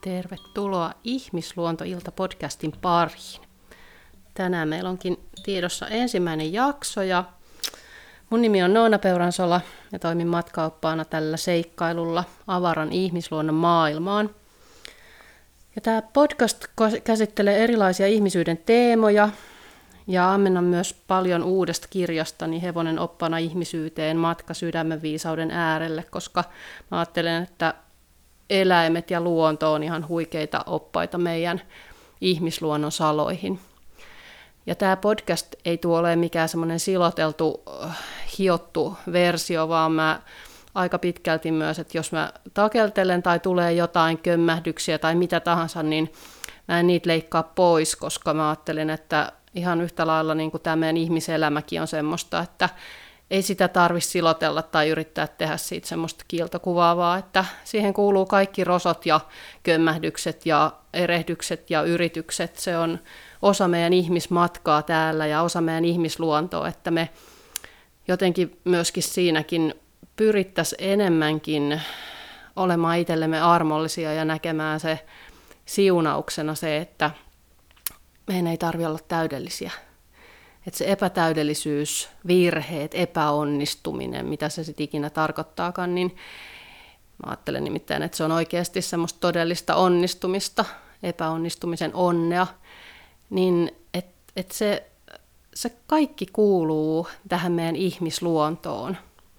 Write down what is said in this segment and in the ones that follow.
Tervetuloa Ihmisluontoilta-podcastin pariin. Tänään meillä onkin tiedossa ensimmäinen jakso ja mun nimi on Noona Peuransola ja toimin matkaoppaana tällä seikkailulla avaran ihmisluonnon maailmaan. Ja tämä podcast käsittelee erilaisia ihmisyyden teemoja ja ammennan myös paljon uudesta kirjastani Hevonen oppana ihmisyyteen, matka sydämen viisauden äärelle, koska mä ajattelen, että eläimet ja luonto on ihan huikeita oppaita meidän ihmisluonnon saloihin. Ja tämä podcast ei tule olemaan mikään semmoinen siloteltu, hiottu versio, vaan mä aika pitkälti myös, että jos mä takeltelen tai tulee jotain kömmähdyksiä tai mitä tahansa, niin mä en niitä leikkaa pois, koska mä ajattelen, että ihan yhtä lailla niin kuin tämä meidän ihmiselämäkin on semmoista, että ei sitä tarvitse silotella tai yrittää tehdä siitä semmoista kiiltokuvaavaa, että siihen kuuluu kaikki rosot ja kömmähdykset ja erehdykset ja yritykset. Se on osa meidän ihmismatkaa täällä ja osa meidän ihmisluontoa, että me jotenkin myöskin siinäkin pyrittäisiin enemmänkin olemaan itsellemme armollisia ja näkemään se siunauksena se, että meidän ei tarvitse olla täydellisiä. Että se epätäydellisyys, virheet, epäonnistuminen, mitä se sitten ikinä tarkoittaakaan, niin mä ajattelen nimittäin, että se on oikeasti semmoista todellista onnistumista, epäonnistumisen onnea, niin että se kaikki kuuluu tähän meidän ihmisluontoon.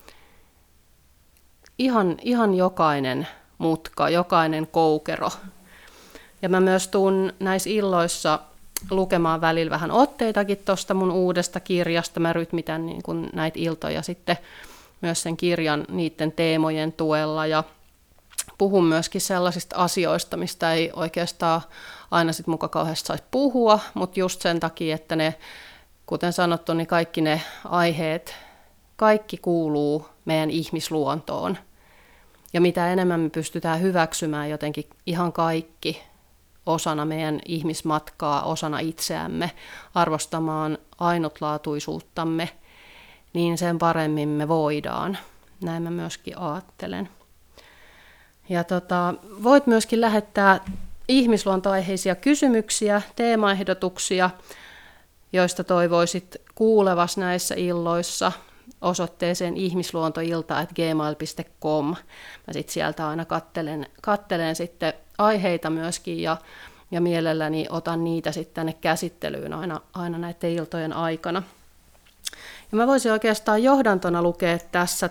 Ihan jokainen mutka, jokainen koukero. Ja mä myös tuun näissä illoissa lukemaan välillä vähän otteitakin tuosta mun uudesta kirjasta. Mä rytmitän niin kun näitä iltoja sitten myös sen kirjan niiden teemojen tuella ja puhun myöskin sellaisista asioista, mistä ei oikeastaan aina sit muka kauheasti saisi puhua, mutta just sen takia, että ne, kuten sanottu, niin kaikki ne aiheet, kaikki kuuluu meidän ihmisluontoon. Ja mitä enemmän me pystytään hyväksymään jotenkin ihan kaikki osana meidän ihmismatkaa, osana itseämme, arvostamaan ainutlaatuisuuttamme, niin sen paremmin me voidaan. Näin mä myöskin ajattelen. Ja voit myöskin lähettää ihmisluontoaiheisia kysymyksiä, teemaehdotuksia, joista toivoisit kuulevas näissä illoissa osoitteeseen ihmisluontoilta@gmail.com. Mä sit sieltä aina kattelen sitten aiheita myöskin ja mielelläni otan niitä sitten tänne käsittelyyn aina näiden iltojen aikana. Ja mä voisin oikeastaan johdantona lukea tässä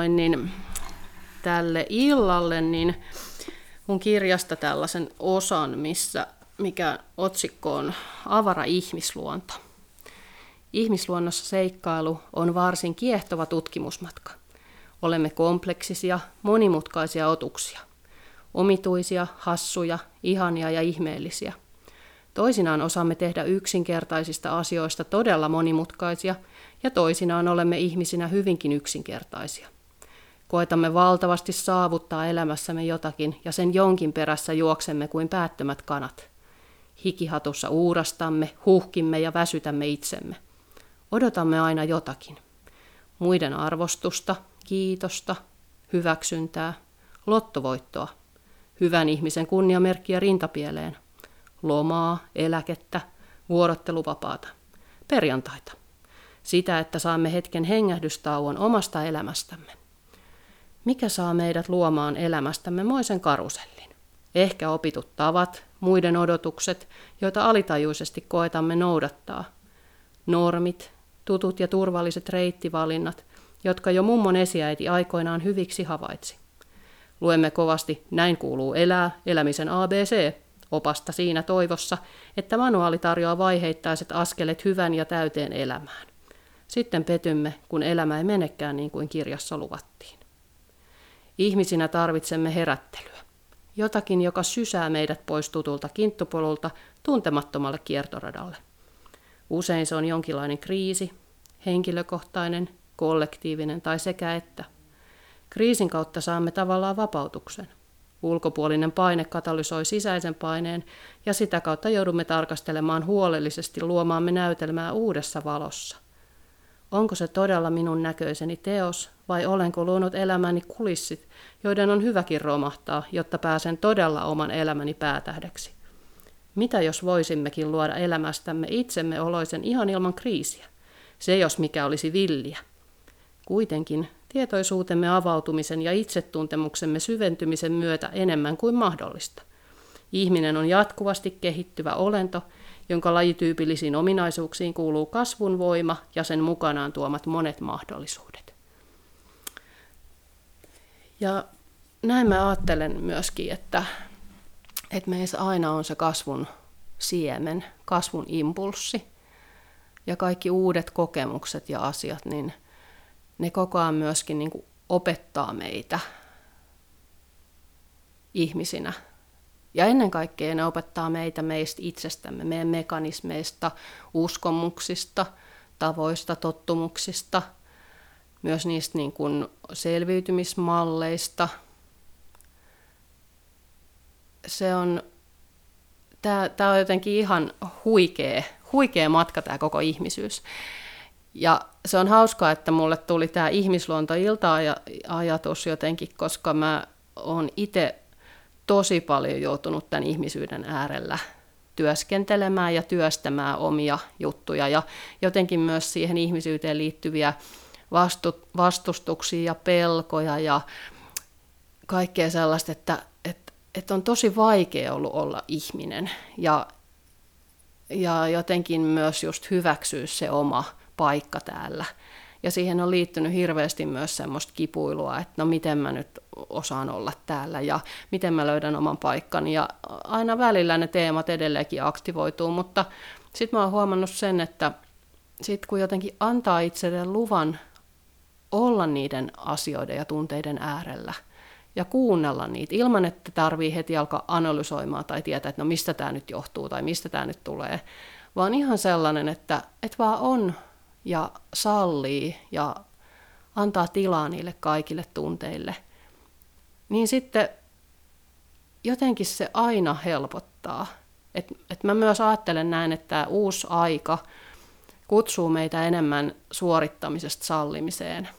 tälle illalle niin mun kirjasta tällaisen osan, mikä otsikko on Avara ihmisluonto. Ihmisluonnossa seikkailu on varsin kiehtova tutkimusmatka. Olemme kompleksisia, monimutkaisia otuksia. Omituisia, hassuja, ihania ja ihmeellisiä. Toisinaan osaamme tehdä yksinkertaisista asioista todella monimutkaisia ja toisinaan olemme ihmisinä hyvinkin yksinkertaisia. Koetamme valtavasti saavuttaa elämässämme jotakin ja sen jonkin perässä juoksemme kuin päättömät kanat. Hikihatussa uurastamme, huhkimme ja väsytämme itsemme. Odotamme aina jotakin. Muiden arvostusta, kiitosta, hyväksyntää, lottovoittoa, hyvän ihmisen kunniamerkkiä rintapieleen, lomaa, eläkettä, vuorotteluvapaata, perjantaita. Sitä, että saamme hetken hengähdystauon omasta elämästämme. Mikä saa meidät luomaan elämästämme moisen karusellin? Ehkä opitut tavat, muiden odotukset, joita alitajuisesti koetamme noudattaa. Normit, tutut ja turvalliset reittivalinnat, jotka jo mummon esiäiti aikoinaan hyviksi havaitsi. Luemme kovasti Näin kuuluu elää, elämisen ABC, opasta siinä toivossa, että manuaali tarjoaa vaiheittaiset askelet hyvän ja täyteen elämään. Sitten petymme, kun elämä ei menekään niin kuin kirjassa luvattiin. Ihmisinä tarvitsemme herättelyä. Jotakin, joka sysää meidät pois tutulta kinttupolulta tuntemattomalle kiertoradalle. Usein se on jonkinlainen kriisi, henkilökohtainen, kollektiivinen tai sekä että. Kriisin kautta saamme tavallaan vapautuksen. Ulkopuolinen paine katalysoi sisäisen paineen ja sitä kautta joudumme tarkastelemaan huolellisesti luomaamme näytelmää uudessa valossa. Onko se todella minun näköiseni teos vai olenko luonut elämäni kulissit, joiden on hyväkin romahtaa, jotta pääsen todella oman elämäni päätähdeksi? Mitä jos voisimmekin luoda elämästämme itsemme oloisen ihan ilman kriisiä? Se jos mikä olisi villiä. Kuitenkin tietoisuutemme avautumisen ja itsetuntemuksemme syventymisen myötä enemmän kuin mahdollista. Ihminen on jatkuvasti kehittyvä olento, jonka lajityypillisiin ominaisuuksiin kuuluu kasvun voima ja sen mukanaan tuomat monet mahdollisuudet. Ja näin mä ajattelen myöskin, että meissä aina on se kasvun siemen, kasvun impulssi ja kaikki uudet kokemukset ja asiat, niin ne koko ajan myöskin niin kuin opettaa meitä ihmisinä. Ja ennen kaikkea ne opettaa meitä itsestämme, meidän mekanismeista, uskomuksista, tavoista, tottumuksista, myös niistä niin kuin selviytymismalleista. Tämä on jotenkin ihan huikea matka tämä koko ihmisyys. Ja se on hauskaa, että mulle tuli tämä ihmisluontoilta-ajatus jotenkin, koska mä oon itse tosi paljon joutunut tämän ihmisyyden äärellä työskentelemään ja työstämään omia juttuja ja jotenkin myös siihen ihmisyyteen liittyviä vastustuksia ja pelkoja ja kaikkea sellaista, että on tosi vaikea ollut olla ihminen ja jotenkin myös just hyväksyä se oma paikka täällä. Ja siihen on liittynyt hirveästi myös semmoista kipuilua, että no miten mä nyt osaan olla täällä ja miten mä löydän oman paikkani. Ja aina välillä ne teemat edelleenkin aktivoituu, mutta sitten mä oon huomannut sen, että sit kun jotenkin antaa itselleen luvan olla niiden asioiden ja tunteiden äärellä ja kuunnella niitä ilman, että tarvii heti alkaa analysoimaan tai tietää, että no mistä tämä nyt johtuu tai mistä tämä nyt tulee, vaan ihan sellainen, että vaan on ja sallii ja antaa tilaa niille kaikille tunteille, niin sitten jotenkin se aina helpottaa. Et mä myös ajattelen näin, että tämä uusi aika kutsuu meitä enemmän suorittamisesta sallimiseen,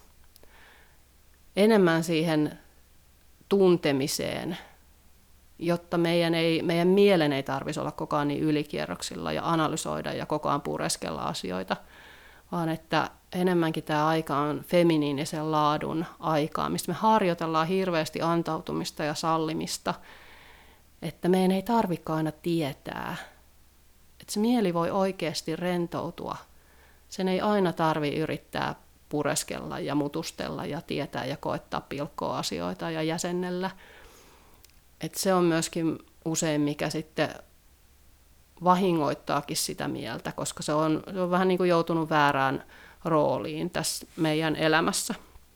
enemmän siihen tuntemiseen, jotta meidän mielen ei tarvitsisi olla koko ajan niin ylikierroksilla ja analysoida ja koko ajan pureskella asioita, vaan että enemmänkin tämä aika on feminiinisen laadun aikaa, mistä me harjoitellaan hirveästi antautumista ja sallimista, että meidän ei tarvitse aina tietää, että se mieli voi oikeasti rentoutua. Sen ei aina tarvitse yrittää pureskella ja mutustella ja tietää ja koettaa pilkkoa asioita ja jäsennellä. Että se on myöskin usein, mikä sitten vahingoittaakin sitä mieltä, koska se on vähän niin kuin joutunut väärään rooliin tässä meidän elämässä.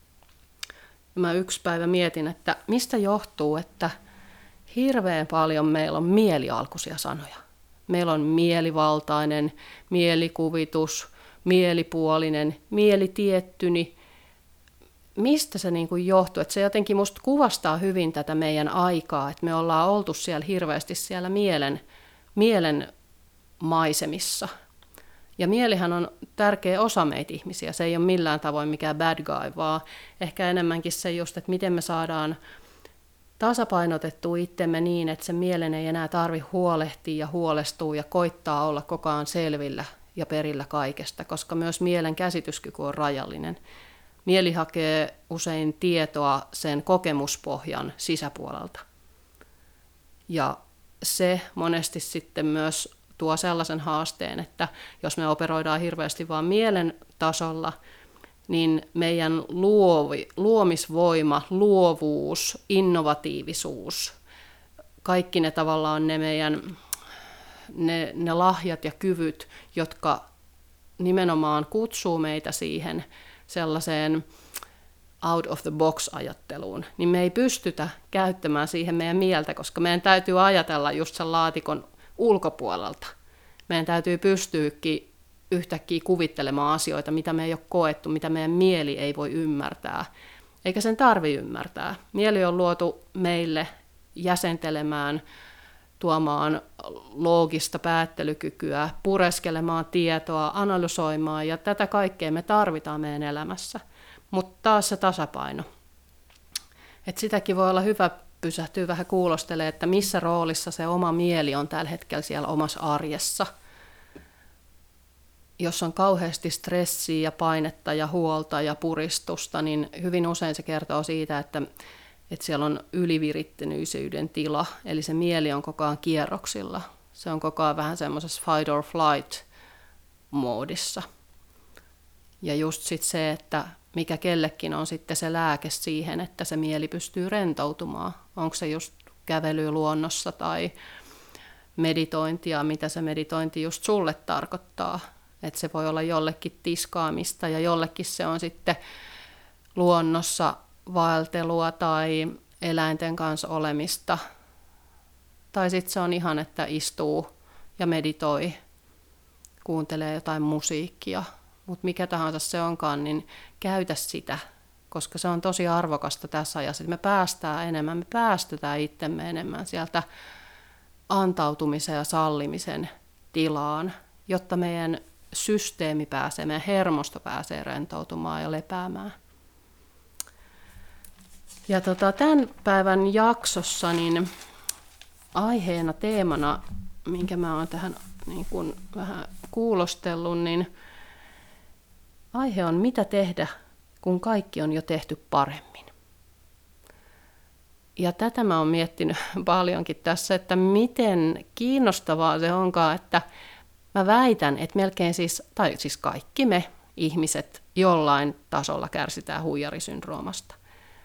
Mä yksi päivä mietin, että mistä johtuu, että hirveän paljon meillä on mielialkuisia sanoja. Meillä on mielivaltainen, mielikuvitus, mielipuolinen, mielitiettyni. Mistä se niin kuin johtuu? Että se jotenkin musta kuvastaa hyvin tätä meidän aikaa, että me ollaan oltu siellä hirveästi siellä mielen maisemissa. Ja mielihän on tärkeä osa meitä ihmisiä. Se ei ole millään tavoin mikään bad guy, vaan ehkä enemmänkin se just, että miten me saadaan tasapainotettua itsemme niin, että se mielen ei enää tarvitse huolehtia ja huolestua ja koittaa olla koko ajan selvillä ja perillä kaikesta, koska myös mielen käsityskyky on rajallinen. Mieli hakee usein tietoa sen kokemuspohjan sisäpuolelta. Ja se monesti sitten myös tuo sellaisen haasteen, että jos me operoidaan hirveästi vain mielen tasolla, niin meidän luomisvoima, luovuus, innovatiivisuus, kaikki ne tavallaan ne meidän ne lahjat ja kyvyt, jotka nimenomaan kutsuu meitä siihen sellaiseen out of the box ajatteluun, niin me ei pystytä käyttämään siihen meidän mieltä, koska meidän täytyy ajatella just sen laatikon ulkopuolelta. Meidän täytyy pystyäkin yhtäkkiä kuvittelemaan asioita, mitä me ei ole koettu, mitä meidän mieli ei voi ymmärtää, eikä sen tarvitse ymmärtää. Mieli on luotu meille jäsentelemään, tuomaan loogista päättelykykyä, pureskelemaan tietoa, analysoimaan, ja tätä kaikkea me tarvitaan meidän elämässä. Mutta taas se tasapaino. Et sitäkin voi olla hyvä pysähtyä vähän kuulostelemaan, että missä roolissa se oma mieli on tällä hetkellä siellä omassa arjessa. Jos on kauheasti stressiä ja painetta ja huolta ja puristusta, niin hyvin usein se kertoo siitä, että siellä on ylivirittäneisyyden tila, eli se mieli on koko ajan kierroksilla. Se on koko ajan vähän semmoisessa fight or flight moodissa. Ja just sit se, että mikä kellekin on sitten se lääke siihen, että se mieli pystyy rentoutumaan. Onko se just kävely luonnossa tai meditointia, mitä se meditointi just sulle tarkoittaa. Että se voi olla jollekin tiskaamista ja jollekin se on sitten luonnossa vaeltelua tai eläinten kanssa olemista. Tai sitten se on ihan, että istuu ja meditoi, kuuntelee jotain musiikkia. Mutta mikä tahansa se onkaan, niin käytä sitä, koska se on tosi arvokasta tässä ajassa. Me päästään enemmän, me päästetään itsemme enemmän sieltä antautumisen ja sallimisen tilaan, jotta meidän systeemi pääsee, meidän hermosto pääsee rentoutumaan ja lepäämään. Ja tämän päivän jaksossa niin aiheena, teemana, minkä mä oon tähän niin kun vähän kuulostellut, niin aihe on mitä tehdä, kun kaikki on jo tehty paremmin. Ja tätä mä oon miettinyt paljonkin tässä, että miten kiinnostavaa se onkaan, että mä väitän, että melkein siis kaikki me ihmiset jollain tasolla kärsitään huijarisyndroomasta.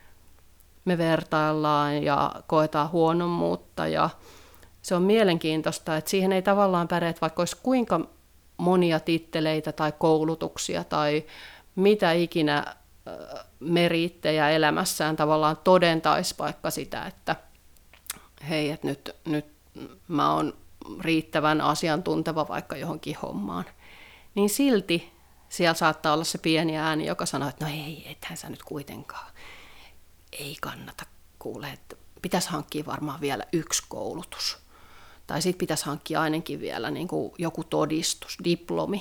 Me vertaillaan ja koetaan huonommuutta ja se on mielenkiintoista, että siihen ei tavallaan päde, että vaikka olisi kuinka monia titteleitä tai koulutuksia tai mitä ikinä meriittejä elämässään tavallaan todentaisi vaikka sitä, että hei, että nyt mä oon riittävän asiantunteva vaikka johonkin hommaan, niin silti siellä saattaa olla se pieni ääni, joka sanoo, että no ei, ethän sä nyt kuitenkaan, ei kannata kuule, että pitäisi hankkia varmaan vielä yksi koulutus. Tai sitten pitäisi hankkia ainakin vielä niin kuin joku todistus, diplomi.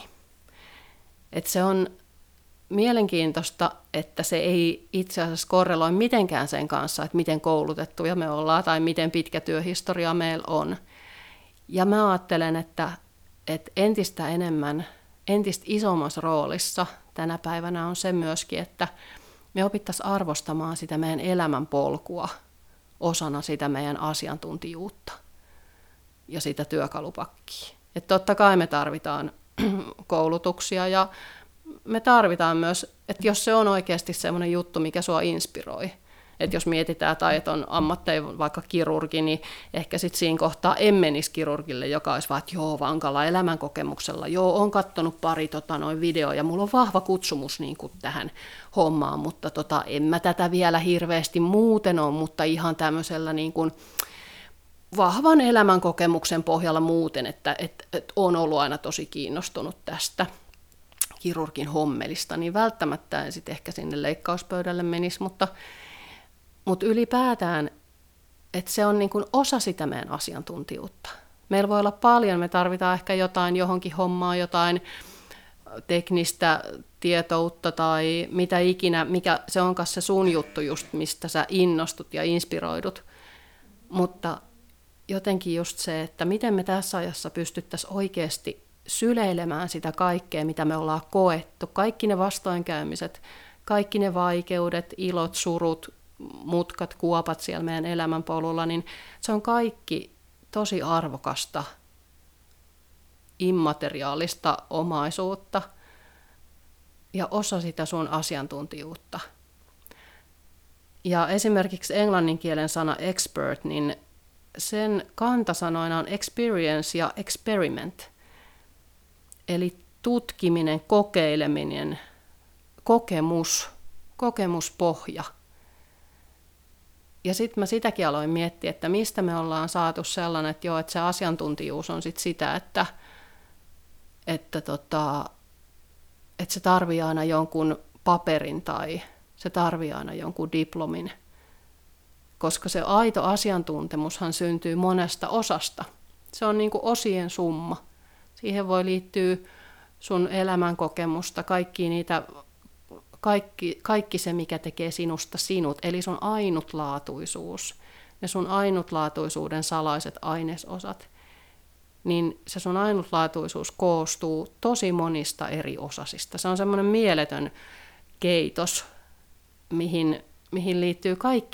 Et se on mielenkiintoista, että se ei itse asiassa korreloi mitenkään sen kanssa, että miten koulutettuja me ollaan tai miten pitkä työhistoria meillä on. Ja mä ajattelen, että entistä enemmän, entistä isommassa roolissa tänä päivänä on se myöskin, että me opittaisiin arvostamaan sitä meidän elämänpolkua osana sitä meidän asiantuntijuutta ja sitä työkalupakkia. Että totta kai me tarvitaan koulutuksia ja me tarvitaan myös, että jos se on oikeasti semmoinen juttu, mikä sua inspiroi, että jos mietitään tai että on ammatteja vaikka kirurgi, niin ehkä sitten siinä kohtaa en menisi kirurgille, joka olisi vaan, että joo, vankalla elämänkokemuksella, joo, on katsonut pari noin videoja ja mulla on vahva kutsumus niin kuin tähän hommaan, mutta en mä tätä vielä hirveästi muuten ole, mutta ihan tämmöisellä niin kuin vahvan elämänkokemuksen pohjalla muuten, että on ollut aina tosi kiinnostunut tästä kirurgin hommelista, niin välttämättä en sitten ehkä sinne leikkauspöydälle menisi, mutta ylipäätään, että se on niin kuin osa sitä meidän asiantuntijuutta. Meillä voi olla paljon, me tarvitaan ehkä jotain johonkin hommaan, jotain teknistä tietoutta tai mitä ikinä, mikä se onkaan se sun juttu just, mistä sä innostut ja inspiroidut. Mutta jotenkin just se, että miten me tässä ajassa pystyttäisiin oikeasti syleilemään sitä kaikkea, mitä me ollaan koettu, kaikki ne vastoinkäymiset, kaikki ne vaikeudet, ilot, surut, mutkat, kuopat siellä meidän elämänpolulla, niin se on kaikki tosi arvokasta, immateriaalista omaisuutta ja osa sitä sun asiantuntijuutta. Ja esimerkiksi englannin kielen sana expert, niin sen kantasanoina on experience ja experiment. Eli tutkiminen, kokeileminen, kokemuspohja. Ja sitten mä sitäkin aloin miettiä, että mistä me ollaan saatu sellainen, että joo, että se asiantuntijuus on sit sitä, että se tarvii aina jonkun paperin tai se tarvii aina jonkun diplomin. Koska se aito asiantuntemushan syntyy monesta osasta. Se on niin kuin osien summa. Siihen voi liittyä sun elämänkokemusta, kaikki se, mikä tekee sinusta sinut, eli sun ainutlaatuisuus, ne sun ainutlaatuisuuden salaiset ainesosat, niin se sun ainutlaatuisuus koostuu tosi monista eri osasista. Se on semmoinen mieletön keitos, mihin liittyy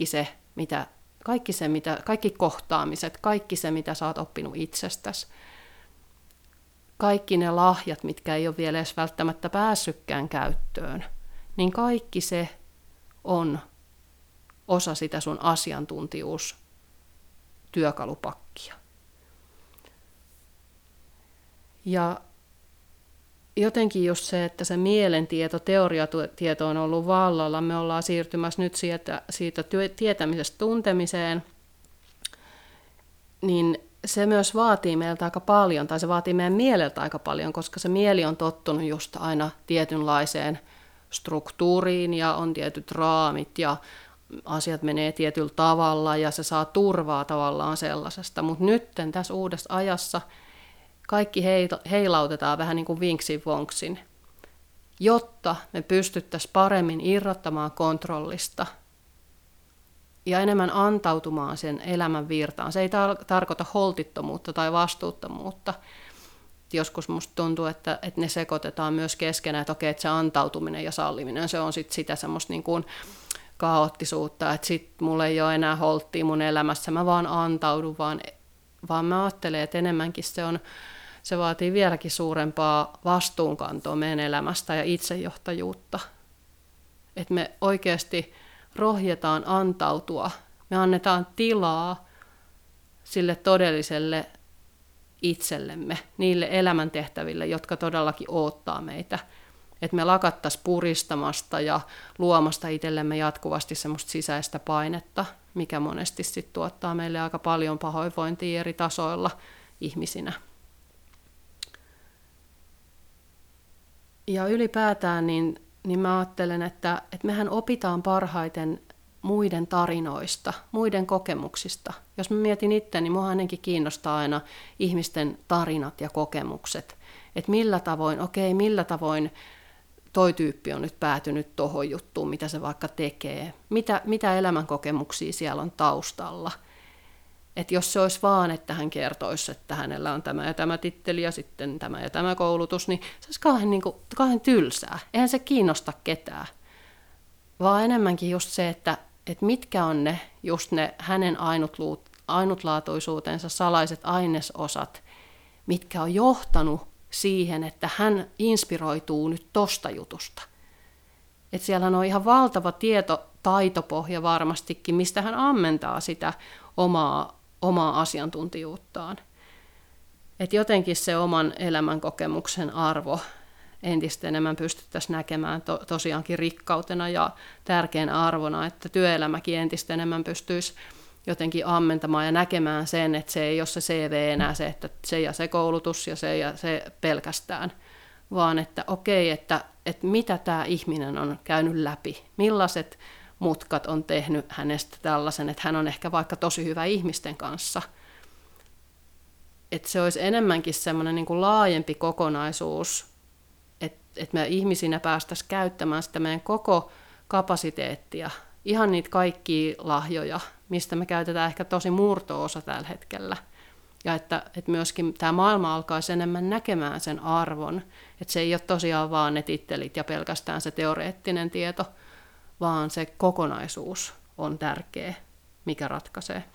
kaikki kohtaamiset, kaikki se, mitä sä oot oppinut itsestäsi. Kaikki ne lahjat, mitkä ei ole vielä edes välttämättä päässytkään käyttöön, niin kaikki se on osa sitä sun asiantuntijuustyökalupakkia. Ja jotenkin just se, että se mielentieto, teoriatieto on ollut vallalla, me ollaan siirtymässä nyt siitä tietämisestä tuntemiseen, niin se myös vaatii meiltä aika paljon, tai se vaatii meidän mieleltä aika paljon, koska se mieli on tottunut just aina tietynlaiseen struktuuriin ja on tietyt raamit ja asiat menee tietyllä tavalla ja se saa turvaa tavallaan sellaisesta. Mutta nyt tässä uudessa ajassa kaikki heilautetaan vähän niin kuin vinksin vonksin, jotta me pystyttäisiin paremmin irrottamaan kontrollista ja enemmän antautumaan sen elämän virtaan. Se ei tarkoita holtittomuutta tai vastuuttomuutta. Joskus musta tuntuu, että ne sekoitetaan myös keskenään, että okei, että se antautuminen ja salliminen, se on sitten sitä semmoista niin kuin kaoottisuutta, että sitten mulla ei ole enää holttia mun elämässä, mä vaan antaudun, vaan mä ajattelen, että enemmänkin se vaatii vieläkin suurempaa vastuunkantoa meidän elämästä ja itsejohtajuutta. Että me oikeasti rohjetaan antautua, me annetaan tilaa sille todelliselle itsellemme, niille elämäntehtäville, jotka todellakin odottaa meitä. Että me lakattaisiin puristamasta ja luomasta itsellemme jatkuvasti semmoista sisäistä painetta, mikä monesti sit tuottaa meille aika paljon pahoinvointia eri tasoilla ihmisinä. Ja ylipäätään niin mä ajattelen, että mehän opitaan parhaiten muiden tarinoista, muiden kokemuksista. Jos mä mietin itse, niin mua ainakin kiinnostaa aina ihmisten tarinat ja kokemukset. Että millä tavoin toi tyyppi on nyt päätynyt tohon juttuun, mitä se vaikka tekee. Mitä elämänkokemuksia siellä on taustalla. Että jos se olisi vaan, että hän kertoisi, että hänellä on tämä ja tämä titteli ja sitten tämä ja tämä koulutus, niin se olisi kauhean tylsää. Eihän se kiinnosta ketään. Vaan enemmänkin just se, että mitkä on ne hänen ainutlaatuisuutensa salaiset ainesosat, mitkä on johtanut siihen, että hän inspiroituu nyt tosta jutusta. Että siellä on ihan valtava taitopohja varmastikin, mistä hän ammentaa sitä omaa asiantuntijuuttaan. Että jotenkin se oman elämän kokemuksen arvo entistä enemmän pystyttäisiin näkemään tosiaankin rikkautena ja tärkeänä arvona, että työelämäkin entistä enemmän pystyisi jotenkin ammentamaan ja näkemään sen, että se ei ole se CV enää se, että se ja se koulutus ja se pelkästään, vaan että okei, että mitä tämä ihminen on käynyt läpi, millaiset mutkat on tehnyt hänestä tällaisen, että hän on ehkä vaikka tosi hyvä ihmisten kanssa. Että se olisi enemmänkin semmoinen niin kuin laajempi kokonaisuus, että me ihmisinä päästäisiin käyttämään sitä meidän koko kapasiteettia, ihan niitä kaikkia lahjoja, mistä me käytetään ehkä tosi murto-osa tällä hetkellä. Ja että myöskin tämä maailma alkaisi enemmän näkemään sen arvon, että se ei ole tosiaan vaan ne tittelit ja pelkästään se teoreettinen tieto, vaan se kokonaisuus on tärkeä, mikä ratkaisee.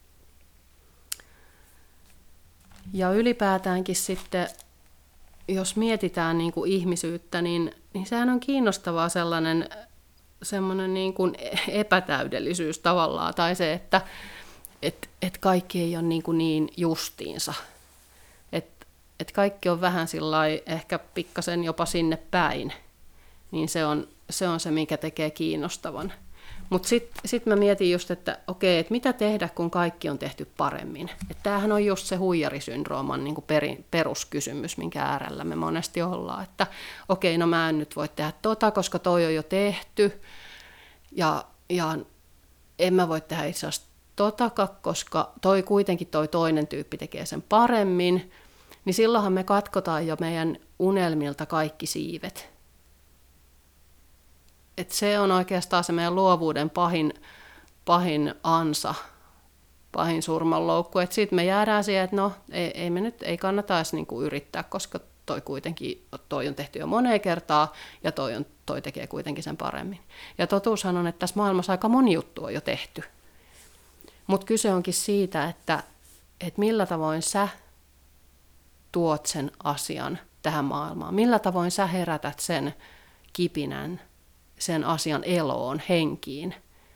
Ja ylipäätäänkin sitten, jos mietitään niin kuin ihmisyyttä, niin sehän on kiinnostavaa semmoinen niin kuin epätäydellisyys tavallaan, tai se, että kaikki ei ole niin justiinsa. Että kaikki on vähän sillai, ehkä pikkasen jopa sinne päin, niin se on se, mikä tekee kiinnostavan. Mutta sit mä mietin just, että okei, että mitä tehdä, kun kaikki on tehty paremmin. Että tämähän on just se huijarisyndrooman niin kuin peruskysymys, minkä äärellä me monesti ollaan. Että okei, no mä en nyt voi tehdä koska toi on jo tehty. Ja en mä voi tehdä itse asiassa koska kuitenkin toi toinen tyyppi tekee sen paremmin. Niin silloinhan me katkotaan jo meidän unelmilta kaikki siivet. se on oikeastaan se meidän luovuuden pahin ansa, pahin surmanloukku. Että sitten me jäädään siihen, että no ei kannata edes niinku yrittää, koska toi on tehty jo moneen kertaa ja toi tekee kuitenkin sen paremmin. Ja totuushan on, että tässä maailmassa aika moni juttu on jo tehty. Mutta kyse onkin siitä, että millä tavoin sä tuot sen asian tähän maailmaan. Millä tavoin sä herätät sen kipinän, sen asian eloon, henkiin.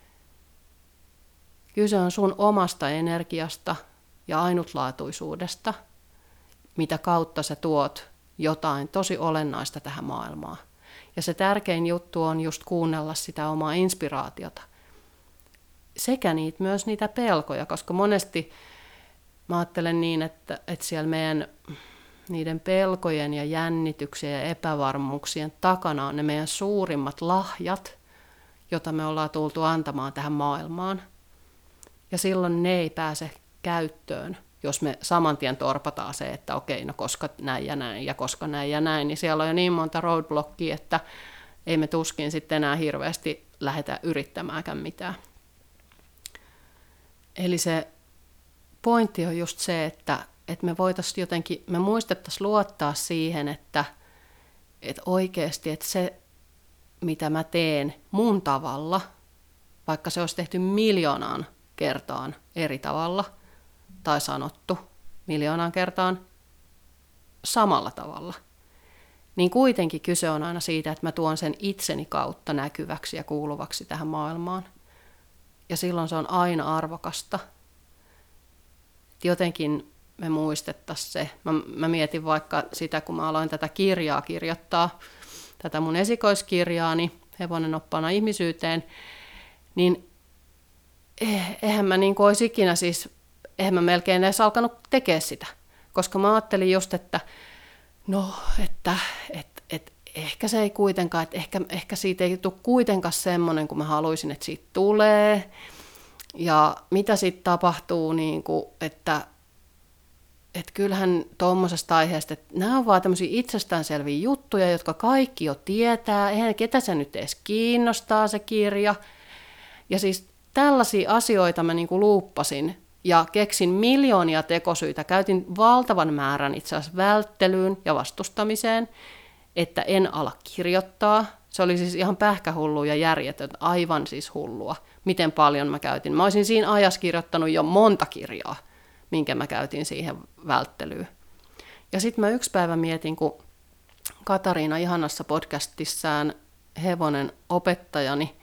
Kyse on sun omasta energiasta ja ainutlaatuisuudesta, mitä kautta sä tuot jotain tosi olennaista tähän maailmaan. Ja se tärkein juttu on just kuunnella sitä omaa inspiraatiota. Sekä myös niitä pelkoja, koska monesti mä ajattelen niin, että siellä meidän niiden pelkojen ja jännityksien ja epävarmuuksien takana on ne meidän suurimmat lahjat, jota me ollaan tultu antamaan tähän maailmaan. Ja silloin ne ei pääse käyttöön, jos me saman tien torpataan se, että okei, no koska näin ja näin ja koska näin ja näin, niin siellä on jo niin monta roadblockia, että ei me tuskin sitten enää hirveästi lähdetä yrittämäänkään mitään. Eli se pointti on just se, että me voitaisiin jotenkin, me muistettaisiin luottaa siihen, että oikeasti, että se, mitä mä teen mun tavalla, vaikka se olisi tehty 1,000,000 kertaan eri tavalla, tai sanottu 1,000,000 kertaan samalla tavalla, niin kuitenkin kyse on aina siitä, että mä tuon sen itseni kautta näkyväksi ja kuuluvaksi tähän maailmaan. Ja silloin se on aina arvokasta. Jotenkin me muistettaisiin se. Mä mietin vaikka sitä, kun mä aloin tätä kirjaa kirjoittaa, tätä mun esikoiskirjaani, Hevonen oppaana ihmisyyteen, niin eihän mä niin kuin olisi ikinä eihän mä melkein edes alkanut tekemään sitä. Koska mä ajattelin just, että ehkä se ei kuitenkaan, että ehkä siitä ei tule kuitenkaan semmoinen, kun mä haluaisin, että siitä tulee. Ja mitä sitten tapahtuu, niin kuin, että kyllähän tuommoisesta aiheesta, että nämä on vaan tämmöisiä itsestäänselviä juttuja, jotka kaikki jo tietää, eihän ketä se nyt edes kiinnostaa se kirja. Ja siis tällaisia asioita mä niin kuin luuppasin ja keksin miljoonia tekosyitä, käytin valtavan määrän itse asiassa välttelyyn ja vastustamiseen, että en ala kirjoittaa. Se oli siis ihan pähkähullua ja järjetön, aivan siis hullua, miten paljon mä käytin. Mä olisin siinä ajassa kirjoittanut jo monta kirjaa, minkä mä käytin siihen välttelyyn. Ja sitten mä yksi päivä mietin, kun Katariina ihanassa podcastissaan Hevonen opettajani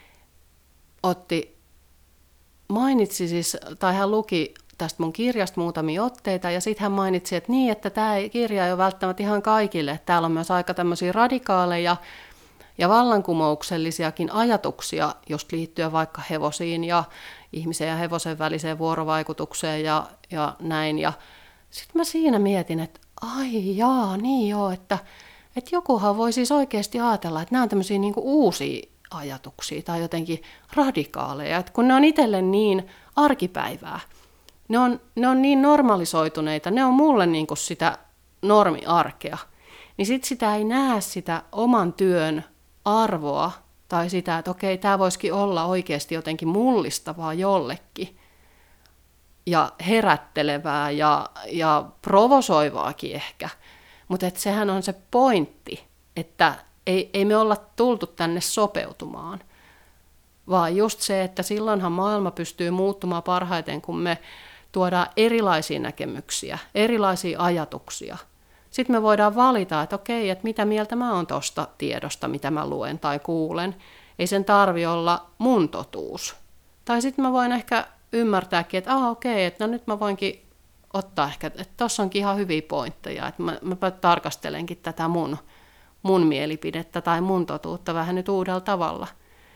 mainitsi siis, tai hän luki tästä mun kirjasta muutamia otteita, ja sitten hän mainitsi, että niin, että tämä kirja ei ole välttämättä ihan kaikille, että täällä on myös aika tämmöisiä radikaaleja ja vallankumouksellisiakin ajatuksia, just liittyen vaikka hevosiin ja ihmisen ja hevosen väliseen vuorovaikutukseen ja näin. Ja sitten mä siinä mietin, että ai jaa, niin joo, että jokuhan voi siis oikeasti ajatella, että nämä on tämmöisiä niinku uusia ajatuksia tai jotenkin radikaaleja, että kun ne on itselle niin arkipäivää, ne on niin normalisoituneita, ne on mulle niinku sitä normiarkea, niin sitten sitä ei näe sitä oman työn arvoa tai sitä, että okei, tämä voisikin olla oikeasti jotenkin mullistavaa jollekin ja herättelevää ja provosoivaakin ehkä, mutta sehän on se pointti, että ei me olla tultu tänne sopeutumaan, vaan just se, että silloinhan maailma pystyy muuttumaan parhaiten, kun me tuodaan erilaisia näkemyksiä, erilaisia ajatuksia. Sitten me voidaan valita, että okei, että mitä mieltä mä oon tuosta tiedosta, mitä mä luen tai kuulen. Ei sen tarvi olla mun totuus. Tai sitten mä voin ehkä ymmärtääkin, että okei, että no nyt mä voinkin ottaa ehkä, että tossa onkin ihan hyviä pointteja, että mä tarkastelenkin tätä mun mielipidettä tai mun totuutta vähän nyt uudella tavalla.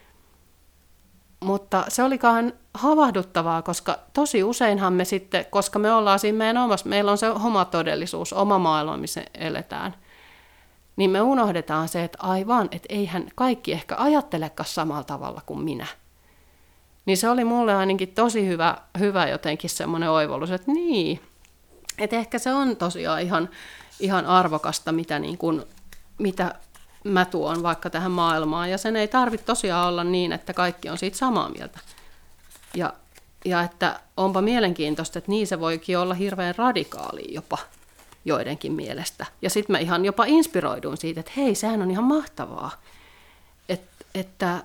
Mutta se olikaan havahduttavaa, koska tosi useinhan me sitten, koska me ollaan siinä meillä on se oma todellisuus, oma maailma, missä eletään, niin me unohdetaan se, että aivan, että eihän kaikki ehkä ajattelekaan samalla tavalla kuin minä. Niin se oli mulle ainakin tosi hyvä jotenkin semmoinen oivallus, että niin, että ehkä se on tosiaan ihan arvokasta, mitä mä tuon vaikka tähän maailmaan. Ja sen ei tarvitse tosiaan olla niin, että kaikki on siitä samaa mieltä. Ja että onpa mielenkiintoista, että niin se voikin olla hirveän radikaali jopa joidenkin mielestä. Ja sitten mä ihan jopa inspiroiduin siitä, että hei, sehän on ihan mahtavaa. Että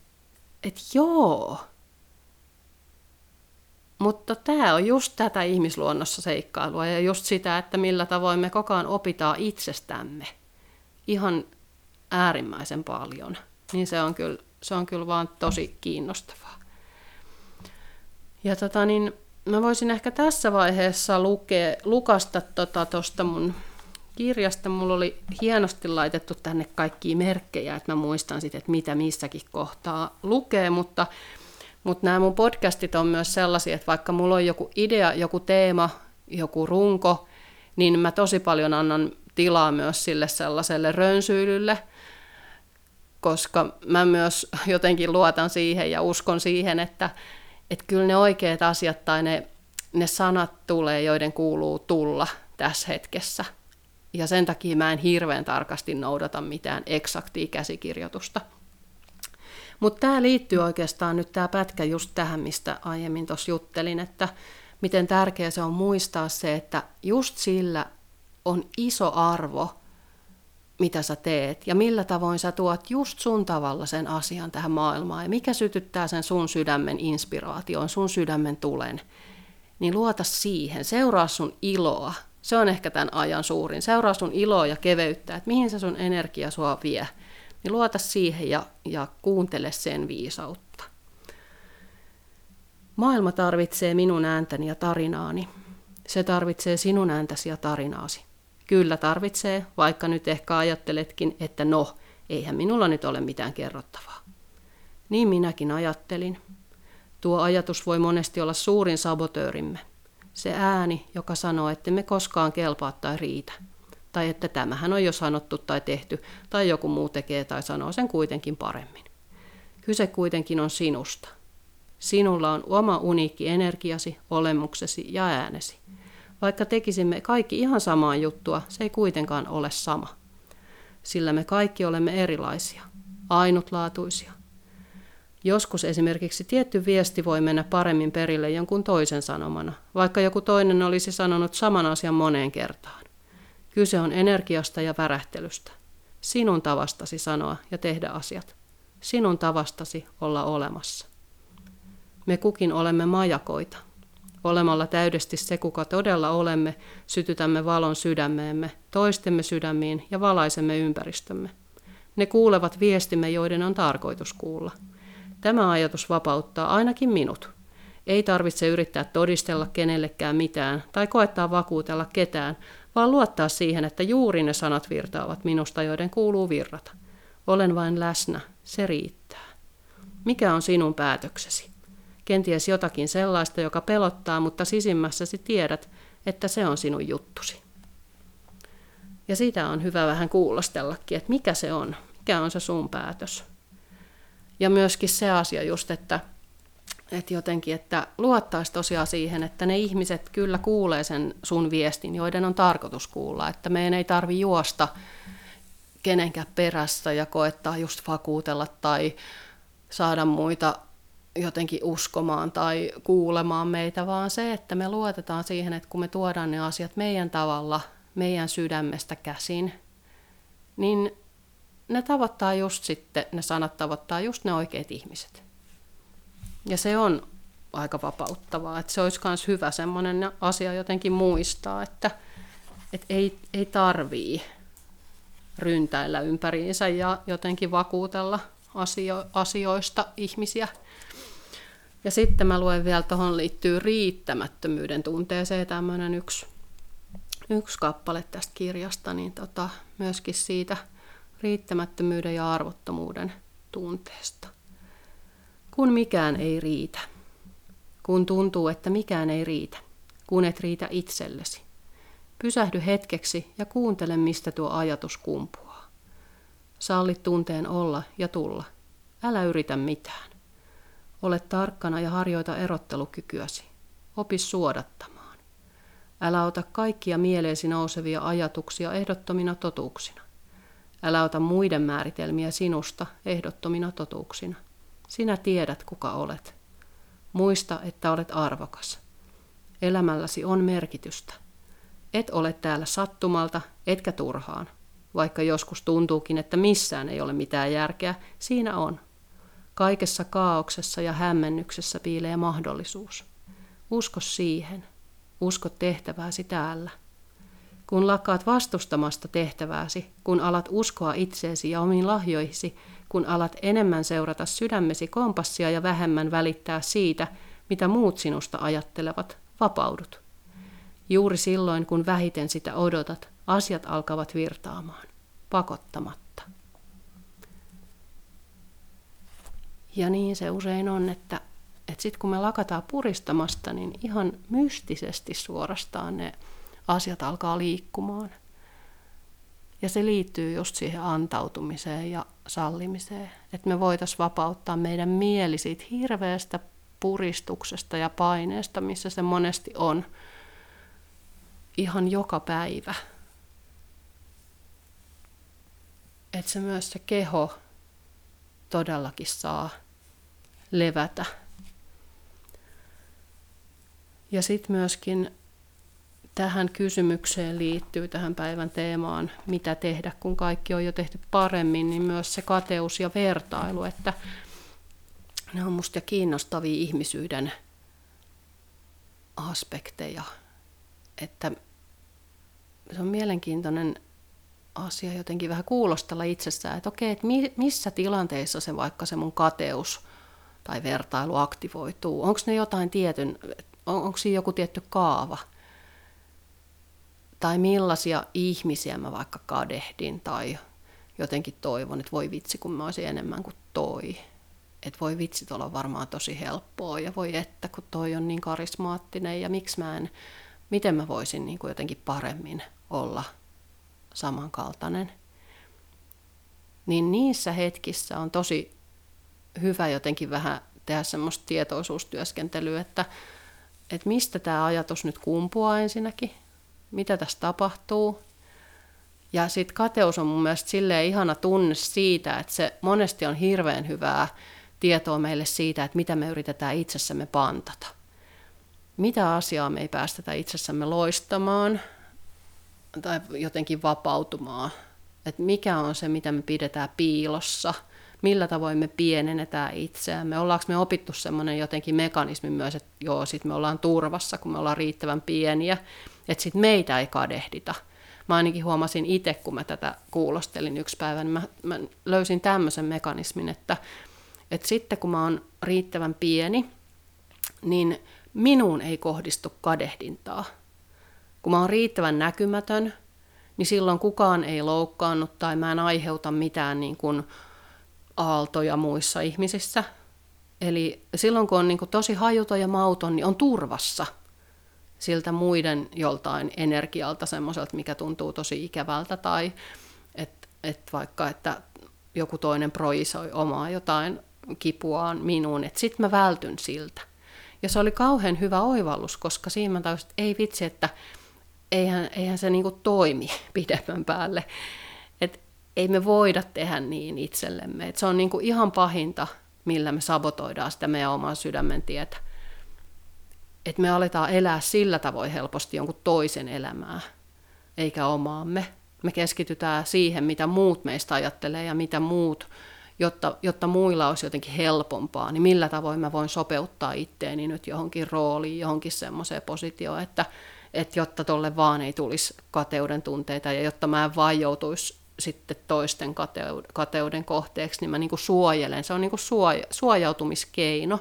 joo. Mutta tämä on just tätä ihmisluonnossa seikkailua ja just sitä, että millä tavoin me koko ajan opitaan itsestämme ihan äärimmäisen paljon. Niin se on kyllä vaan tosi kiinnostavaa. Ja mä voisin ehkä tässä vaiheessa lukasta tuosta mun kirjasta. Mulla oli hienosti laitettu tänne kaikkia merkkejä, että mä muistan sitten, että mitä missäkin kohtaa lukee, mutta nämä mun podcastit on myös sellaisia, että vaikka mulla on joku idea, joku teema, joku runko, niin mä tosi paljon annan tilaa myös sille sellaiselle rönsyilylle, koska mä myös jotenkin luotan siihen ja uskon siihen, että kyllä ne oikeat asiat tai ne sanat tulee, joiden kuuluu tulla tässä hetkessä. Ja sen takia mä en hirveän tarkasti noudata mitään eksaktia käsikirjoitusta. Mutta tämä liittyy oikeastaan nyt tämä pätkä just tähän, mistä aiemmin tuossa juttelin, että miten tärkeää se on muistaa se, että just sillä on iso arvo, mitä sä teet ja millä tavoin sä tuot just sun tavalla sen asian tähän maailmaan ja mikä sytyttää sen sun sydämen inspiraation, sun sydämen tulen, niin luota siihen, seuraa sun iloa. Se on ehkä tämän ajan suurin. Seuraa sun iloa ja keveyttä, että mihin se sun energia sua vie. Niin luota siihen ja kuuntele sen viisautta. Maailma tarvitsee minun ääntäni ja tarinaani. Se tarvitsee sinun ääntäsi ja tarinaasi. Kyllä tarvitsee, vaikka nyt ehkä ajatteletkin, että no, eihän minulla nyt ole mitään kerrottavaa. Niin minäkin ajattelin. Tuo ajatus voi monesti olla suurin sabotöörimme. Se ääni, joka sanoo, että me koskaan kelpaa tai riitä. Tai että tämähän on jo sanottu tai tehty, tai joku muu tekee tai sanoo sen kuitenkin paremmin. Kyse kuitenkin on sinusta. Sinulla on oma uniikki energiasi, olemuksesi ja äänesi. Vaikka tekisimme kaikki ihan samaa juttua, se ei kuitenkaan ole sama. Sillä me kaikki olemme erilaisia, ainutlaatuisia. Joskus esimerkiksi tietty viesti voi mennä paremmin perille jonkun toisen sanomana, vaikka joku toinen olisi sanonut saman asian moneen kertaan. Kyse on energiasta ja värähtelystä. Sinun tavastasi sanoa ja tehdä asiat. Sinun tavastasi olla olemassa. Me kukin olemme majakoita. Olemalla täydesti se, kuka todella olemme, sytytämme valon sydämeemme, toistemme sydämiin ja valaisemme ympäristömme. Ne kuulevat viestimme, joiden on tarkoitus kuulla. Tämä ajatus vapauttaa ainakin minut. Ei tarvitse yrittää todistella kenellekään mitään tai koettaa vakuutella ketään, vaan luottaa siihen, että juuri ne sanat virtaavat minusta, joiden kuuluu virrata. Olen vain läsnä, se riittää. Mikä on sinun päätöksesi? Kenties jotakin sellaista, joka pelottaa, mutta sisimmässäsi tiedät, että se on sinun juttusi. Ja sitä on hyvä vähän kuulostellakin, että mikä se on se sun päätös. Ja myöskin se asia just, että jotenkin, että luottaisi tosiaan siihen, että ne ihmiset kyllä kuulee sen sun viestin, joiden on tarkoitus kuulla, että meidän ei tarvitse juosta kenenkään perässä ja koettaa just vakuutella tai saada muita jotenkin uskomaan tai kuulemaan meitä, vaan se, että me luotetaan siihen, että kun me tuodaan ne asiat meidän tavalla, meidän sydämestä käsin, niin ne tavoittaa just sitten, ne sanat tavoittaa just ne oikeat ihmiset. Ja se on aika vapauttavaa, että se olisi myös hyvä semmoinen asia jotenkin muistaa, että ei tarvii ryntäillä ympäriinsä ja jotenkin vakuutella asioista ihmisiä. Ja sitten mä luen vielä, tuohon liittyy riittämättömyyden tunteeseen tämmöinen yksi kappale tästä kirjasta, niin myöskin siitä riittämättömyyden ja arvottomuuden tunteesta. Kun mikään ei riitä. Kun tuntuu, että mikään ei riitä. Kun et riitä itsellesi. Pysähdy hetkeksi ja kuuntele, mistä tuo ajatus kumpuaa. Salli tunteen olla ja tulla. Älä yritä mitään. Ole tarkkana ja harjoita erottelukykyäsi. Opi suodattamaan. Älä ota kaikkia mieleesi nousevia ajatuksia ehdottomina totuuksina. Älä ota muiden määritelmiä sinusta ehdottomina totuuksina. Sinä tiedät, kuka olet. Muista, että olet arvokas. Elämälläsi on merkitystä. Et ole täällä sattumalta, etkä turhaan. Vaikka joskus tuntuukin, että missään ei ole mitään järkeä, siinä on. Kaikessa kaauksessa ja hämmennyksessä piilee mahdollisuus. Usko siihen. Usko tehtävääsi täällä. Kun lakkaat vastustamasta tehtävääsi, kun alat uskoa itseesi ja omiin lahjoihisi, kun alat enemmän seurata sydämesi kompassia ja vähemmän välittää siitä, mitä muut sinusta ajattelevat, vapaudut. Juuri silloin, kun vähiten sitä odotat, asiat alkavat virtaamaan, pakottamatta. Ja niin se usein on, että sitten kun me lakataan puristamasta, niin ihan mystisesti suorastaan ne asiat alkaa liikkumaan. Ja se liittyy just siihen antautumiseen ja sallimiseen, että me voitaisiin vapauttaa meidän mieli siitä hirveästä puristuksesta ja paineesta, missä se monesti on ihan joka päivä. Että se myös se keho todellakin saa levätä. Ja sitten myöskin tähän kysymykseen liittyy, tähän päivän teemaan, mitä tehdä, kun kaikki on jo tehty paremmin, niin myös se kateus ja vertailu, että ne on musta kiinnostavia ihmisyyden aspekteja. Että se on mielenkiintoinen asia jotenkin vähän kuulostella itsessään, että okei, että missä tilanteissa se vaikka se mun kateus tai vertailu aktivoituu. Onko ne jotain onko siinä joku tietty kaava? Tai millaisia ihmisiä mä vaikka kadehdin tai jotenkin toivon, että voi vitsi, kun mä olisin enemmän kuin toi. Että voi vitsi, tuolla on varmaan tosi helppoa ja voi että, kun toi on niin karismaattinen ja miten mä voisin niin kuin jotenkin paremmin olla samankaltainen. Niin niissä hetkissä on tosi hyvä jotenkin vähän tehdä semmoista tietoisuustyöskentelyä, että mistä tämä ajatus nyt kumpuaa ensinnäkin, mitä tässä tapahtuu. Ja sitten kateus on mun mielestä silleen ihana tunne siitä, että se monesti on hirveän hyvää tietoa meille siitä, että mitä me yritetään itsessämme pantata. Mitä asiaa me ei päästetä itsessämme loistamaan tai jotenkin vapautumaan. Että mikä on se, mitä me pidetään piilossa, millä tavoin me pienennetään itseämme. Ollaanko me opittu semmoinen jotenkin mekanismi myös, että joo, sit me ollaan turvassa, kun me ollaan riittävän pieniä, että sit meitä ei kadehdita. Mä ainakin huomasin itse, kun mä tätä kuulostelin yksi päivä, niin mä löysin tämmöisen mekanismin, että sitten kun mä oon riittävän pieni, niin minuun ei kohdistu kadehdintaa. Kun mä oon riittävän näkymätön, niin silloin kukaan ei loukkaannut tai mä en aiheuta mitään niin kuin aaltoja muissa ihmisissä. Eli silloin kun on niin kuin tosi hajuton ja mauton, niin on turvassa siltä muiden joltain energialta semmoiselta, mikä tuntuu tosi ikävältä tai vaikka, että joku toinen projisoi omaa jotain kipuaan minuun, että sitten mä vältyn siltä. Ja se oli kauhean hyvä oivallus, koska siinä mä tajusin, että ei vitsi, että eihän se niinku toimi pidemmän päälle. Et ei me voida tehdä niin itsellemme. Et se on niinku ihan pahinta, millä me sabotoidaan sitä meidän omaa sydämen tietä. Että me aletaan elää sillä tavoin helposti jonkun toisen elämää, eikä omaamme. Me keskitytään siihen, mitä muut meistä ajattelee ja mitä muut, jotta muilla olisi jotenkin helpompaa, niin millä tavoin mä voin sopeuttaa itteeni nyt johonkin rooliin, johonkin semmoiseen positioon, että jotta tolle vaan ei tulisi kateuden tunteita ja jotta mä en vaan joutuisi sitten toisten kateuden kohteeksi, niin mä niin kuin suojelen. Se on niin kuin suojautumiskeino.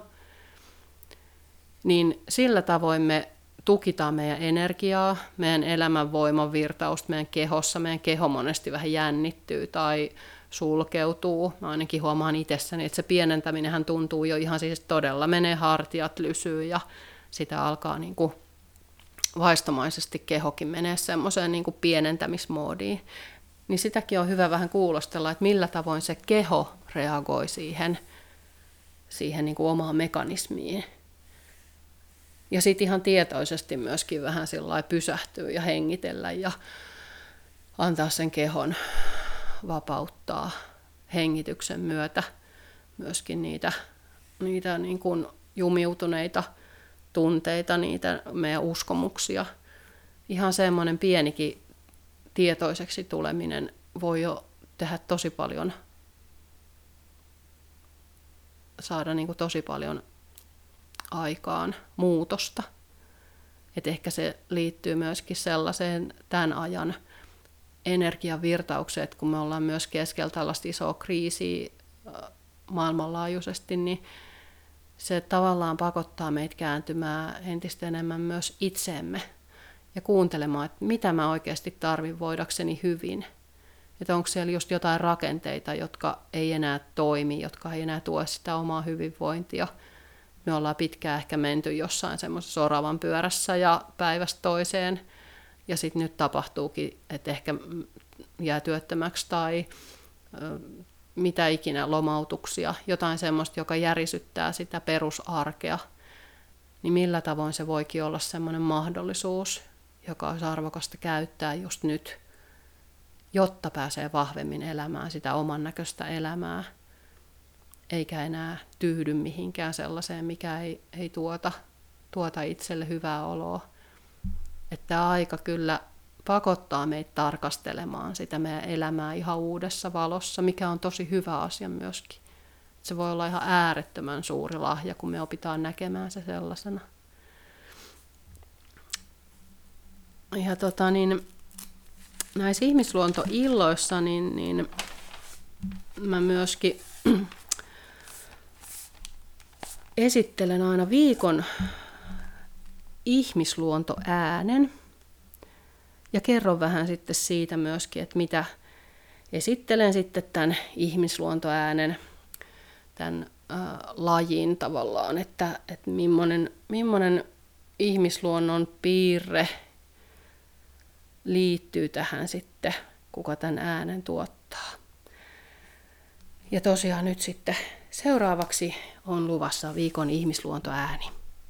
Niin sillä tavoin me tukitaan meidän energiaa, meidän elämän voimavirtausta meidän kehossa. Meidän keho monesti vähän jännittyy tai sulkeutuu. Mä ainakin huomaan itsessäni, että se pienentäminenhän tuntuu jo ihan siis todella. Menee hartiat lysyy ja sitä alkaa niin kuin vaistomaisesti kehokin menee semmoiseen niin kuin pienentämismoodiin. Niin sitäkin on hyvä vähän kuulostella, että millä tavoin se keho reagoi siihen niin kuin omaan mekanismiin. Ja sitten ihan tietoisesti myöskin vähän sillä lailla pysähtyä ja hengitellä ja antaa sen kehon vapauttaa hengityksen myötä myöskin niitä niin kuin jumiutuneita tunteita, niitä meidän uskomuksia. Ihan semmoinen pienikin tietoiseksi tuleminen voi jo tehdä tosi paljon, saada niin kuin tosi paljon aikaan muutosta. Et ehkä se liittyy myöskin sellaiseen tämän ajan energiavirtaukseen, että kun me ollaan myös keskellä tällaista isoa kriisiä maailmanlaajuisesti, niin se tavallaan pakottaa meitä kääntymään entistä enemmän myös itseemme ja kuuntelemaan, että mitä mä oikeasti tarvin voidakseni hyvin. Että onko siellä just jotain rakenteita, jotka ei enää toimi, jotka ei enää tuo sitä omaa hyvinvointia. Me ollaan pitkään ehkä menty jossain semmoisessa oravan pyörässä ja päivästä toiseen. Ja sitten nyt tapahtuukin, että ehkä jää työttömäksi tai mitä ikinä, lomautuksia, jotain semmoista, joka järisyttää sitä perusarkea. Niin millä tavoin se voikin olla semmoinen mahdollisuus, joka olisi arvokasta käyttää just nyt, jotta pääsee vahvemmin elämään sitä oman näköistä elämää, eikä enää tyydy mihinkään sellaiseen, mikä ei tuota itselle hyvää oloa. Että aika kyllä pakottaa meitä tarkastelemaan sitä meidän elämää ihan uudessa valossa, mikä on tosi hyvä asia myöskin. Se voi olla ihan äärettömän suuri lahja, kun me opitaan näkemään se sellaisena. Ja näissä ihmisluontoilloissa niin mä myöskin esittelen aina viikon ihmisluontoäänen ja kerron vähän sitten siitä myöskin, että mitä esittelen sitten tämän ihmisluontoäänen, tämän lajin tavallaan, että millainen ihmisluonnon piirre liittyy tähän sitten, kuka tämän äänen tuottaa. Ja tosiaan nyt sitten seuraavaksi on luvassa viikon ihmisluontoääni.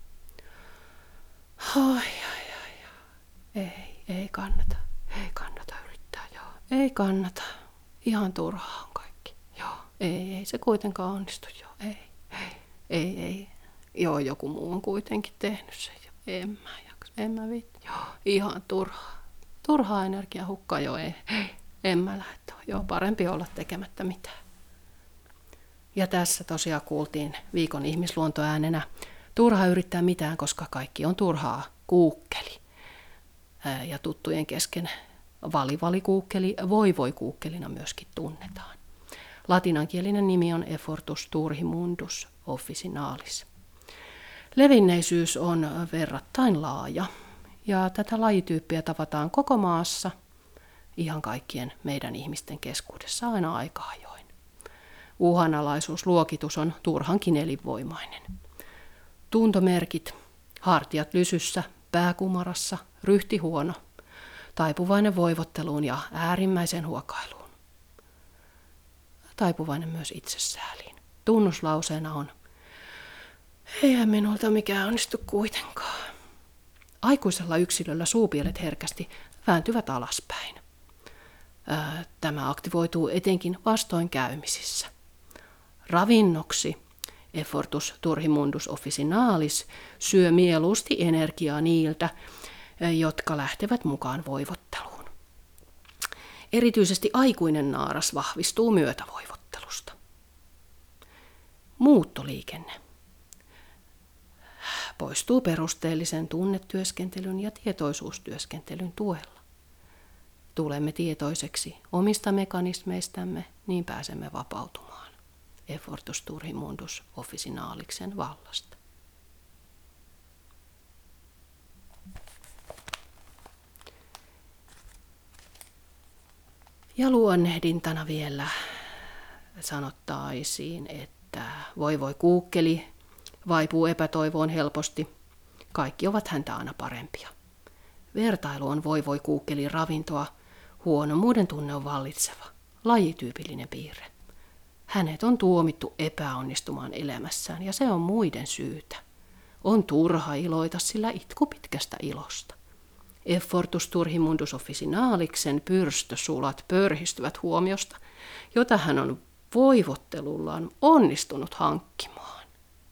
Ei kannata yrittää, joo. Ei kannata, ihan turhaa on kaikki, joo. Ei se kuitenkaan onnistu, joo. Ei. Joo, joku muu on kuitenkin tehnyt sen, joo. En mä viitti, joo. Ihan turhaa energiahukkaa, joo. En mä lähde, joo. Parempi olla tekemättä mitään. Ja tässä tosiaan kuultiin viikon ihmisluontoäänenä. Turha yrittää mitään, koska kaikki on turhaa. Kuukkeli. Ja tuttujen kesken vali-kuukkeli, voi-kuukkelina myöskin tunnetaan. Latinankielinen nimi on Effortus turhimundus officinalis. Levinneisyys on verrattain laaja. Ja tätä lajityyppiä tavataan koko maassa, ihan kaikkien meidän ihmisten keskuudessa aina aika ajoin. Uhanalaisuusluokitus on turhankin elinvoimainen. Tuntomerkit, hartiat lysyssä, pääkumarassa, ryhti huono, taipuvainen voivotteluun ja äärimmäiseen huokailuun. Taipuvainen myös itsesääliin. Tunnuslauseena on, eihän minulta mikään onnistu kuitenkaan. Aikuisella yksilöllä suupielet herkästi vääntyvät alaspäin. Tämä aktivoituu etenkin vastoinkäymisissä. Ravinnoksi Effortus turhimundus officinalis syö mieluusti energiaa niiltä, jotka lähtevät mukaan voivotteluun. Erityisesti aikuinen naaras vahvistuu myötävoivottelusta. Muuttoliikenne poistuu perusteellisen tunnetyöskentelyn ja tietoisuustyöskentelyn tuella. Tulemme tietoiseksi omista mekanismeistämme, niin pääsemme vapautumaan Effortus turhimundus officinaliksen vallasta. Ja luonnehdintana vielä sanottaisiin, että voi kuukkeli vaipuu epätoivoon helposti. Kaikki ovat häntä aina parempia. Vertailu on voi kuukkelin ravintoa. Huonommuuden tunne on vallitseva, lajityypillinen piirre. Hänet on tuomittu epäonnistumaan elämässään ja se on muiden syytä. On turha iloita sillä itku pitkästä ilosta. effortus turhimundus officinaliksen pyrstösulat pörhistyvät huomiosta, jota hän on voivottelullaan onnistunut hankkimaan.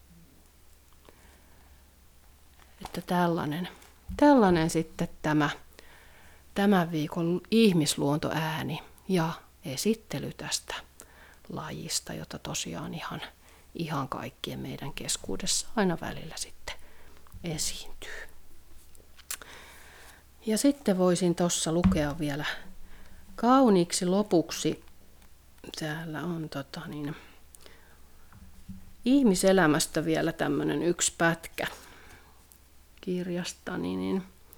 Että tällainen sitten tämän viikon ihmisluontoääni ja esittely tästä lajista, jota tosiaan ihan kaikkien meidän keskuudessa aina välillä sitten esiintyy. Ja sitten voisin tuossa lukea vielä kauniiksi lopuksi. Täällä on ihmiselämästä vielä tämmöinen yksi pätkä kirjastani, niin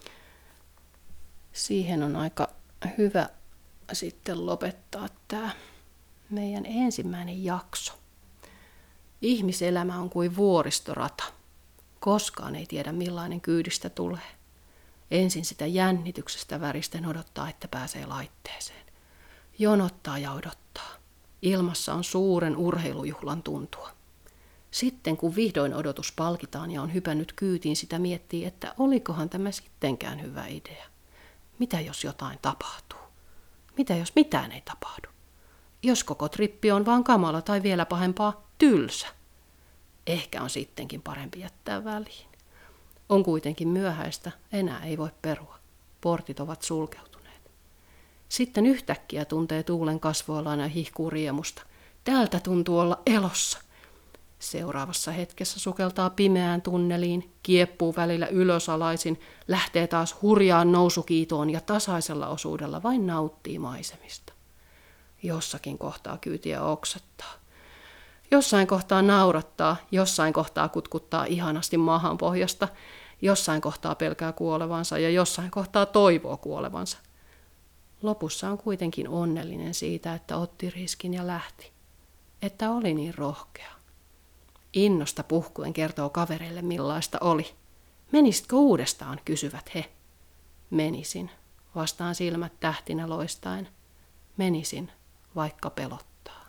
siihen on aika hyvä sitten lopettaa tämä meidän ensimmäinen jakso. Ihmiselämä on kuin vuoristorata. Koskaan ei tiedä millainen kyydistä tulee. Ensin sitä jännityksestä väristen odottaa, että pääsee laitteeseen. Jonottaa ja odottaa. Ilmassa on suuren urheilujuhlan tuntua. Sitten kun vihdoin odotus palkitaan ja on hypännyt kyytiin, sitä miettii, että olikohan tämä sittenkään hyvä idea. Mitä jos jotain tapahtuu? Mitä jos mitään ei tapahdu? Jos koko trippi on vaan kamala tai vielä pahempaa, tylsä. Ehkä on sittenkin parempi jättää väliin. On kuitenkin myöhäistä, enää ei voi perua. Portit ovat sulkeutuneet. Sitten yhtäkkiä tuntee tuulen kasvoillaan ja hihkuu riemusta. Täältä tuntuu olla elossa. Seuraavassa hetkessä sukeltaa pimeään tunneliin, kieppuu välillä ylösalaisin, lähtee taas hurjaan nousukiitoon ja tasaisella osuudella vain nauttii maisemista. Jossakin kohtaa kyytiä oksettaa. Jossain kohtaa naurattaa, jossain kohtaa kutkuttaa ihanasti maahanpohjasta, jossain kohtaa pelkää kuolevansa ja jossain kohtaa toivoo kuolevansa. Lopussa on kuitenkin onnellinen siitä, että otti riskin ja lähti, että oli niin rohkea. Innosta puhkuen kertoo kavereille millaista oli. Menisitkö uudestaan, kysyvät he. Menisin, vastaan silmät tähtinä loistaen. Menisin, vaikka pelottaa.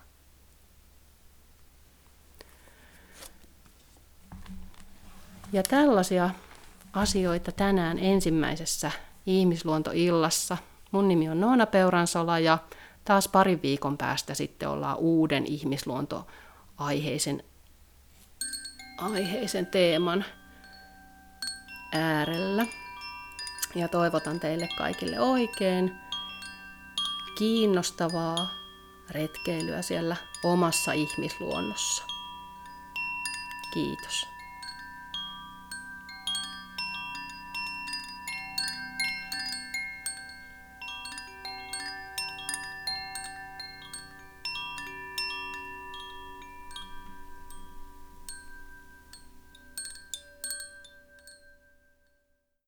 Ja tällaisia asioita tänään ensimmäisessä ihmisluontoillassa. Mun nimi on Noona Peuransola ja taas parin viikon päästä sitten ollaan uuden ihmisluontoaiheisen teeman äärellä. Ja toivotan teille kaikille oikein kiinnostavaa retkeilyä siellä omassa ihmisluonnossa. Kiitos.